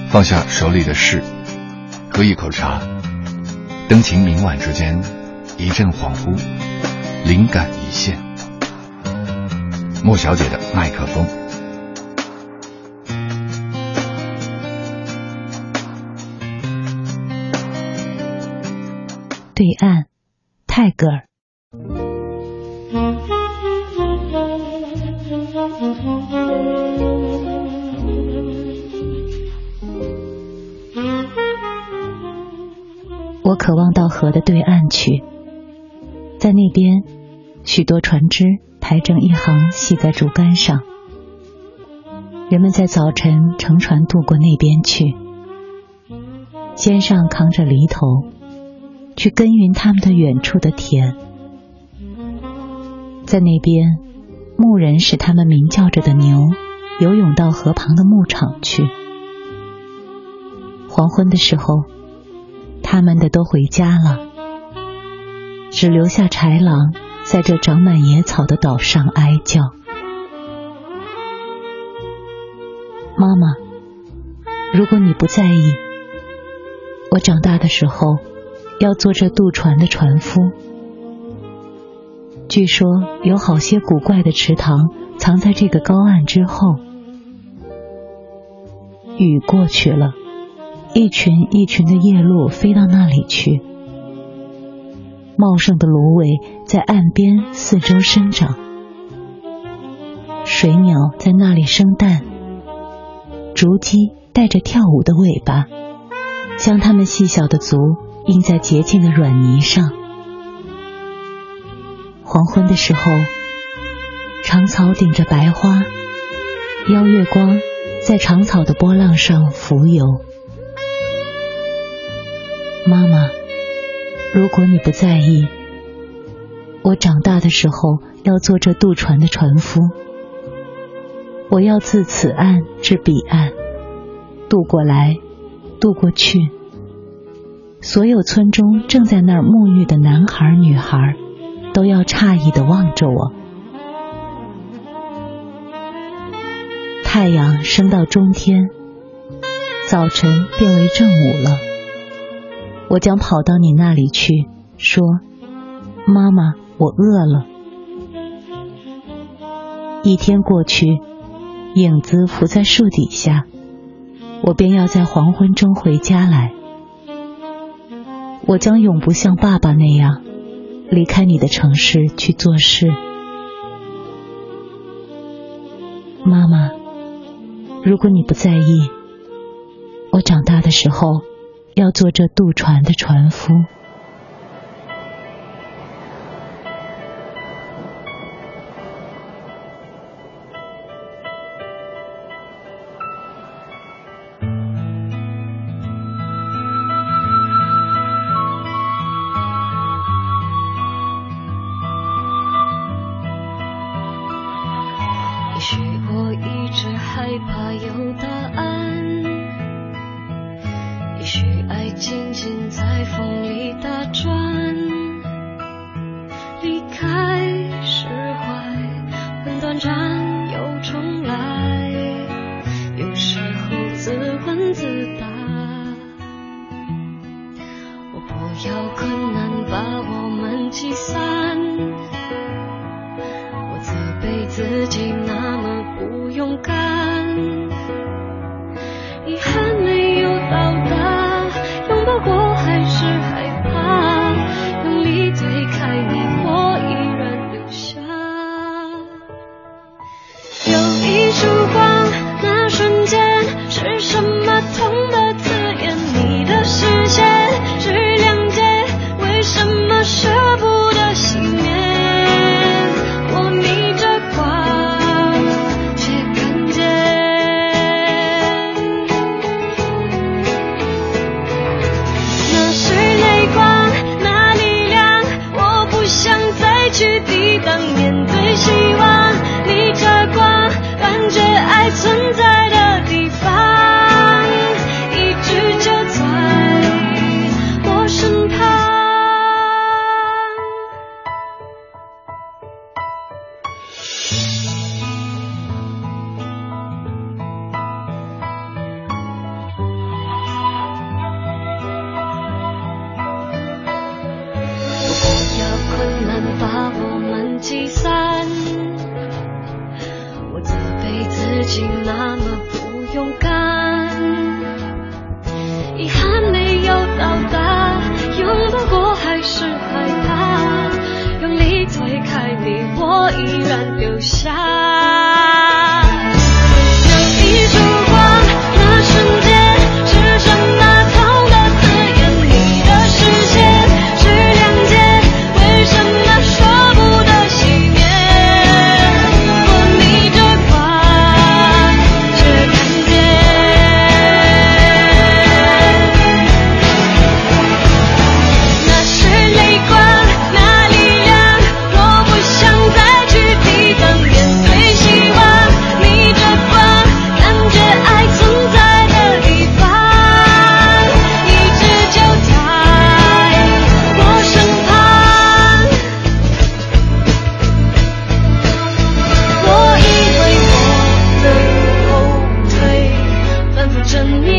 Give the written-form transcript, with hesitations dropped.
放下手里的事，喝一口茶，灯情明晚之间，一阵恍惚，灵感一现。莫小姐的麦克风。 对岸，泰戈尔。我渴望到河的对岸去，在那边，许多船只排成一行系在竹竿上，人们在早晨乘船渡过那边去，肩上扛着犁头，去耕耘他们的远处的田。在那边，牧人使他们鸣叫着的牛游泳到河旁的牧场去。黄昏的时候，他们的都回家了，只留下豺狼在这长满野草的岛上哀叫。妈妈，如果你不在意，我长大的时候要做这渡船的船夫。据说有好些古怪的池塘藏在这个高岸之后。雨过去了，一群一群的夜鹭飞到那里去，茂盛的芦苇在岸边四周生长，水鸟在那里生蛋，竹鸡带着跳舞的尾巴，将它们细小的足印在洁净的软泥上。黄昏的时候，长草顶着白花，邀月光在长草的波浪上浮游。妈妈，如果你不在意，我长大的时候要做这渡船的船夫。我要自此岸至彼岸，渡过来，渡过去。所有村中正在那儿沐浴的男孩女孩都要诧异地望着我。太阳升到中天，早晨变为正午了。我将跑到你那里去，说：妈妈，我饿了。一天过去，影子伏在树底下，我便要在黄昏中回家来。我将永不像爸爸那样离开你的城市去做事。妈妈，如果你不在意，我长大的时候要做这渡船的船夫。 也许我一直害怕有答案，也许爱静静在风里己那么不勇敢，遗憾没有到达，拥抱过还是害怕，用力推开你，我依然丢下。有一束光，那瞬间是什么痛的字眼？你的视线是亮剑，为什么说不得熄灭？我逆着光，却看见那是泪光，那力量，我不想再去抵挡，面对希望，逆着光，感觉爱存在的地方，一直就在我身旁。我以为我能后退，反复着你